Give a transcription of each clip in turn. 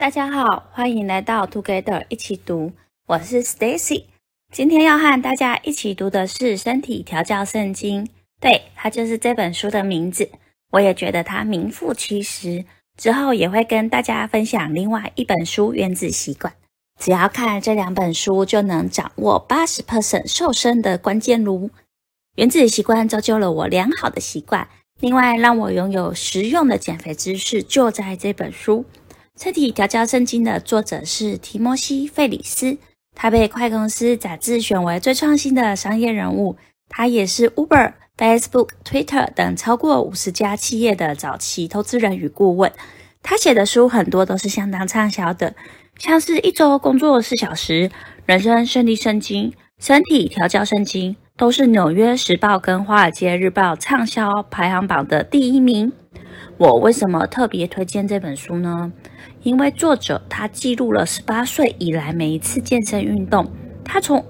大家好，欢迎来到 Together 一起读，我是 Stacy。今天要和大家一起读的是身体调教圣经，对，它就是这本书的名字。我也觉得它名副其实，之后也会跟大家分享另外一本书原子习惯。只要看这两本书就能掌握 80% 瘦身的关键如原子习惯造就了我良好的习惯，另外让我拥有实用的减肥知识就在这本书。身体调教圣经的作者是提摩西·费里斯，他被快公司杂志选为最创新的商业人物。他也是 Uber、Facebook、Twitter 等超过50家企业的早期投资人与顾问。他写的书很多都是相当畅销的，像是一周工作4小时、人生胜利圣经、身体调教圣经，都是纽约时报跟华尔街日报畅销排行榜的第1名。我为什么特别推荐这本书呢？因为作者他记录了18岁以来每一次健身运动。他从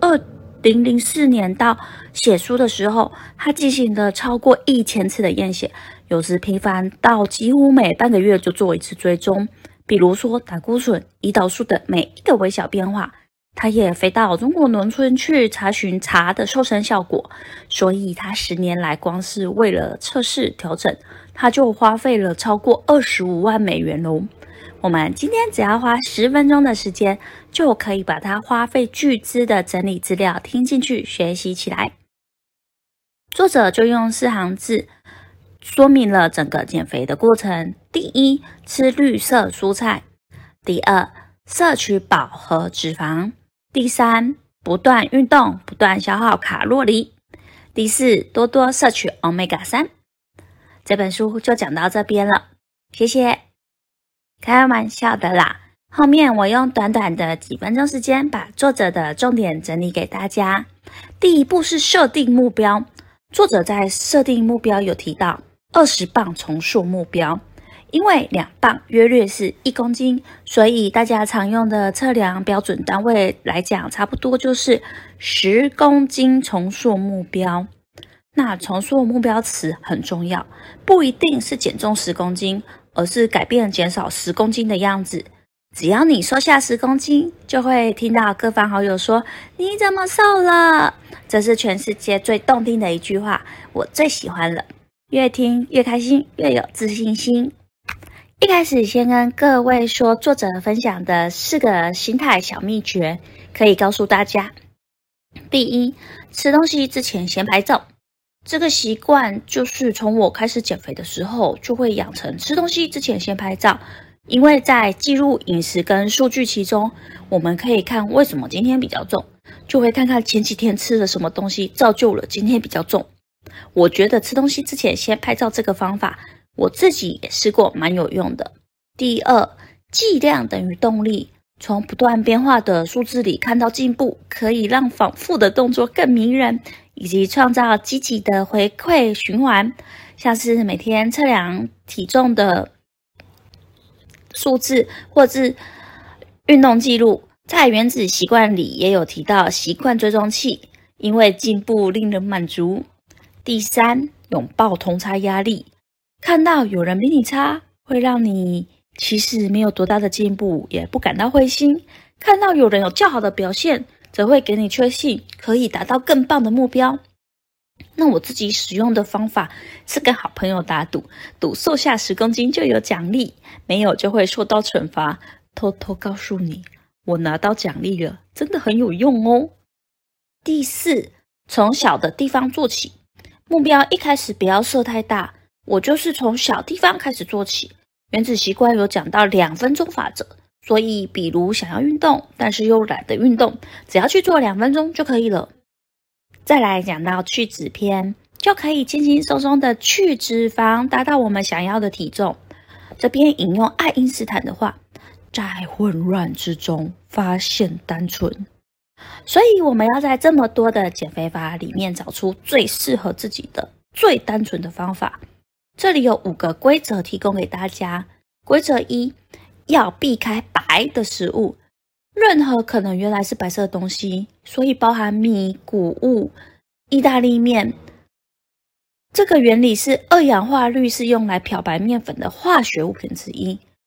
2004年到写书的时候，他进行了超过1000次的验血，有时频繁到几乎每半个月就做一次追踪。比如说胆固醇、胰岛素的每一个微小变化。他也飞到中国农村去查询茶的瘦身效果，所以他10年来光是为了测试调整，他就花费了超过25万美元咯。我们今天只要花10分钟的时间，就可以把它花费巨资的整理资料听进去学习起来。作者就用4行字说明了整个减肥的过程。第一，吃绿色蔬菜。第二，摄取饱和脂肪。第三，不断运动，不断消耗卡路里。第四，多多摄取 Omega-3。这本书就讲到这边了，谢谢。开玩笑的啦，后面我用短短的几分钟时间把作者的重点整理给大家。第一步是设定目标，作者在设定目标有提到20磅重塑目标。因为2磅约略是1公斤，所以大家常用的测量标准单位来讲，差不多就是10公斤重塑目标。那重塑目标词很重要，不一定是减重10公斤，而是改变减少10公斤的样子。只要你瘦下10公斤，就会听到各方好友说你怎么瘦了，这是全世界最动听的一句话，我最喜欢了，越听越开心，越有自信心。一开始先跟各位说作者分享的4个心态小秘诀，可以告诉大家。第一，吃东西之前先拍照。这个习惯就是从我开始减肥的时候就会养成吃东西之前先拍照，因为在记录饮食跟数据其中，我们可以看为什么今天比较重，就会看看前几天吃了什么东西造就了今天比较重。我觉得吃东西之前先拍照这个方法我自己也试过，蛮有用的。第二，剂量等于动力，从不断变化的数字里看到进步，可以让反复的动作更迷人，以及创造积极的回馈循环，像是每天测量体重的数字，或是运动记录。在原子习惯里也有提到习惯追踪器，因为进步令人满足。第三，拥抱同侪压力。看到有人比你差，会让你其实没有多大的进步，也不感到灰心。看到有人有较好的表现，则会给你确信可以达到更棒的目标。那我自己使用的方法是跟好朋友打赌，赌瘦下10公斤就有奖励，没有就会受到惩罚。偷偷告诉你，我拿到奖励了，真的很有用哦。第4，从小的地方做起，目标一开始不要设太大。我就是从小地方开始做起。原子习惯有讲到2分钟法则，所以比如想要运动，但是又懒得运动，只要去做2分钟就可以了。再来讲到去脂篇，就可以轻轻松松的去脂肪，达到我们想要的体重。这边引用爱因斯坦的话，在混乱之中发现单纯。所以我们要在这么多的减肥法里面找出最适合自己的、最单纯的方法。这里有5个规则提供给大家。规则1，要避开白的食物，任何可能原来是白色的东西，所以包含米、谷物、意大利面。这个原理是2氧化氯是用来漂白面粉的化学物品之一，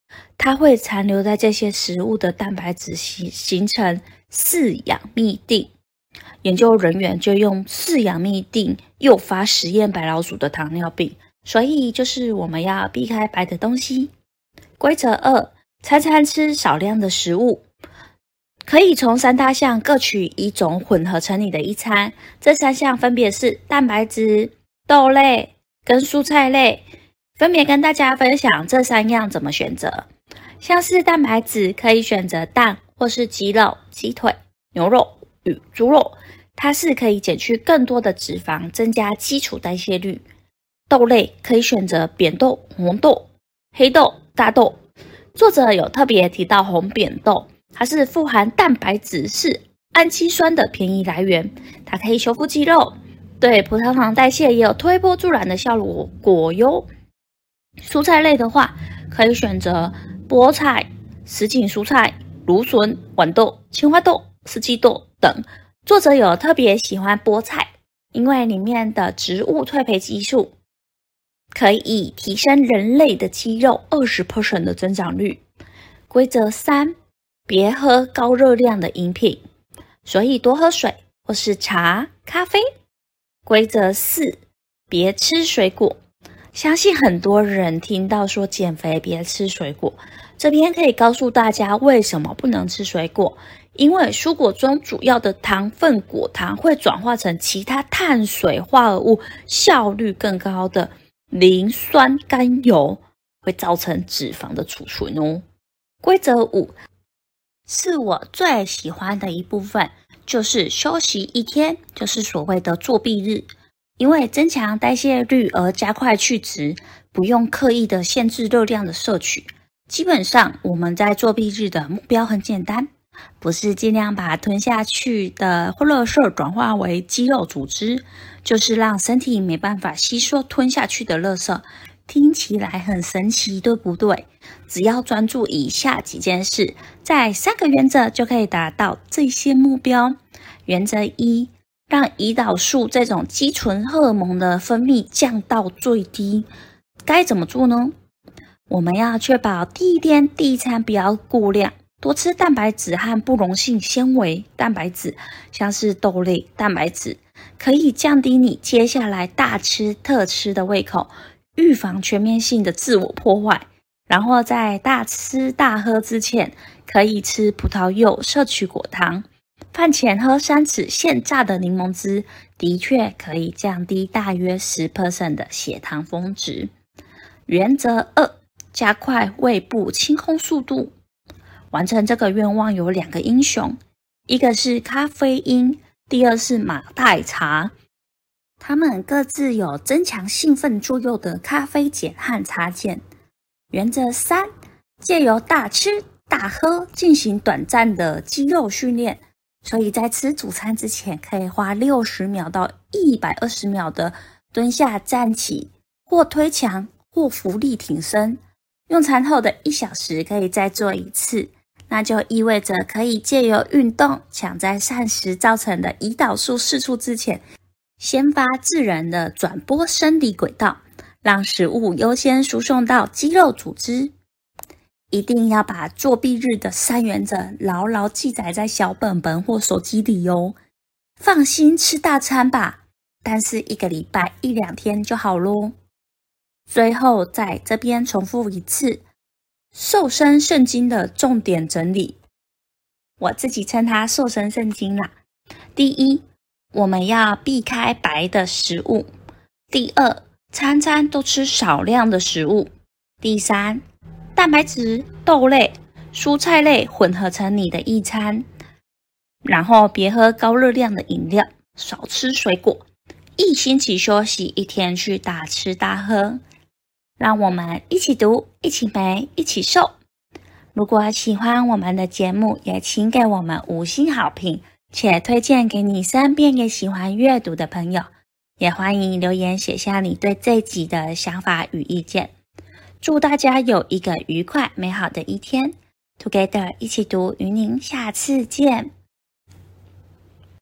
它会残留在这些食物的蛋白质形成四氧嘧啶。研究人员就用四氧嘧啶诱发实验白老鼠的糖尿病，所以就是我们要避开白的东西。规则2，餐餐吃少量的食物，可以从3大项各取一种混合成你的一餐。这3项分别是蛋白质、豆类跟蔬菜类，分别跟大家分享这3样怎么选择。像是蛋白质可以选择蛋或是鸡肉、鸡腿、牛肉与猪肉，它是可以减去更多的脂肪，增加基础代谢率。豆类可以选择扁豆、红豆、黑豆、大豆。作者有特别提到红扁豆，它是富含蛋白质，是氨基酸的便宜来源，它可以修复肌肉，对葡萄糖代谢也有推波助澜的效果哟。蔬菜类的话，可以选择菠菜、什锦蔬菜、芦笋、豌豆、青花豆、四季豆等。作者有特别喜欢菠菜，因为里面的植物褪黑激素可以提升人类的肌肉 20% 的增长率。规则3，别喝高热量的饮品，所以多喝水或是茶、咖啡。规则4，别吃水果。相信很多人听到说减肥别吃水果，这边可以告诉大家为什么不能吃水果。因为蔬果中主要的糖分果糖会转化成其他碳水化合物，效率更高的磷酸甘油，会造成脂肪的储存哦。规则5，是我最喜欢的一部分，就是休息1天，就是所谓的作弊日。因为增强代谢率而加快去脂，不用刻意的限制热量的摄取。基本上我们在作弊日的目标很简单，不是尽量把吞下去的垃圾转化为肌肉组织，就是让身体没办法吸收吞下去的垃圾。听起来很神奇，对不对？只要专注以下几件事，在3个原则就可以达到这些目标。原则1，让胰岛素这种肌醇荷尔蒙的分泌降到最低。该怎么做呢？我们要确保第一天第一餐不要过量，多吃蛋白质和不溶性纤维蛋白质，像是豆类蛋白质，可以降低你接下来大吃特吃的胃口，预防全面性的自我破坏。然后在大吃大喝之前，可以吃葡萄柚，摄取果糖。饭前喝3匙现榨的柠檬汁，的确可以降低大约 10% 的血糖峰值。原则2，加快胃部清空速度。完成这个愿望有2个英雄，一个是咖啡因，第二是马黛茶。它们各自有增强兴奋作用的咖啡碱和茶碱。原则3，借由大吃大喝进行短暂的肌肉训练。所以在吃主餐之前，可以花60秒到120秒的蹲下站起，或推墙，或伏地挺身。用餐后的1小时可以再做一次，那就意味着可以借由运动抢在膳食造成的胰岛素释出之前，先发自然的转播生理轨道，让食物优先输送到肌肉组织。一定要把作弊日的3原则牢牢记载在小本本或手机里哦。放心吃大餐吧，但是1个礼拜1-2天就好咯。最后在这边重复一次瘦身圣经的重点整理，我自己称它瘦身圣经啦。第1，我们要避开白的食物。第2，餐餐都吃少量的食物。第3，蛋白质、豆类、蔬菜类混合成你的一餐，然后别喝高热量的饮料，少吃水果，1星期休息1天去大吃大喝。让我们一起读，一起美，一起瘦。如果喜欢我们的节目，也请给我们5星好评，且推荐给你身边也喜欢阅读的朋友。也欢迎留言写下你对这集的想法与意见。祝大家有一个愉快美好的一天。Together 一起读，与您下次见。